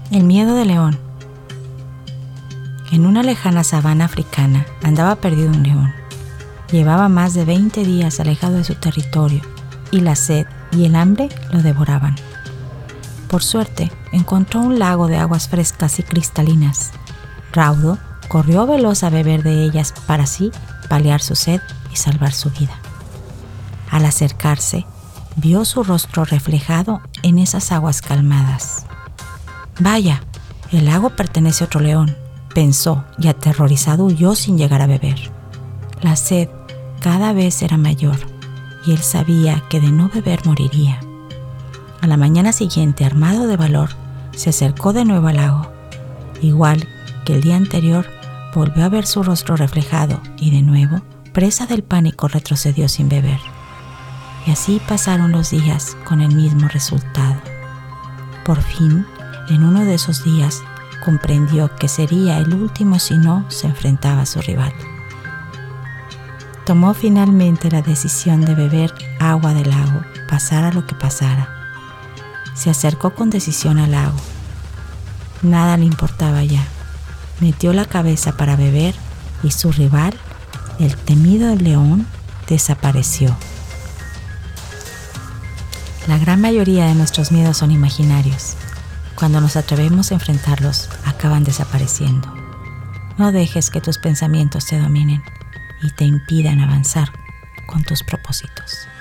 El miedo del león. En una lejana sabana africana andaba perdido un león. Llevaba más de 20 días alejado de su territorio y la sed y el hambre lo devoraban. Por suerte, encontró un lago de aguas frescas y cristalinas. Raudo corrió veloz a beber de ellas para así paliar su sed y salvar su vida. Al acercarse, vio su rostro reflejado en esas aguas calmadas. «Vaya, el lago pertenece a otro león», pensó, y aterrorizado huyó sin llegar a beber. La sed cada vez era mayor y él sabía que de no beber moriría. A la mañana siguiente, armado de valor, se acercó de nuevo al lago. Igual que el día anterior, volvió a ver su rostro reflejado y de nuevo, presa del pánico, retrocedió sin beber. Y así pasaron los días con el mismo resultado. Por fin, en uno de esos días, comprendió que sería el último si no se enfrentaba a su rival. Tomó finalmente la decisión de beber agua del lago, pasara lo que pasara. Se acercó con decisión al lago. Nada le importaba ya. Metió la cabeza para beber y su rival, el temido león, desapareció. La gran mayoría de nuestros miedos son imaginarios. Cuando nos atrevemos a enfrentarlos, acaban desapareciendo. No dejes que tus pensamientos te dominen y te impidan avanzar con tus propósitos.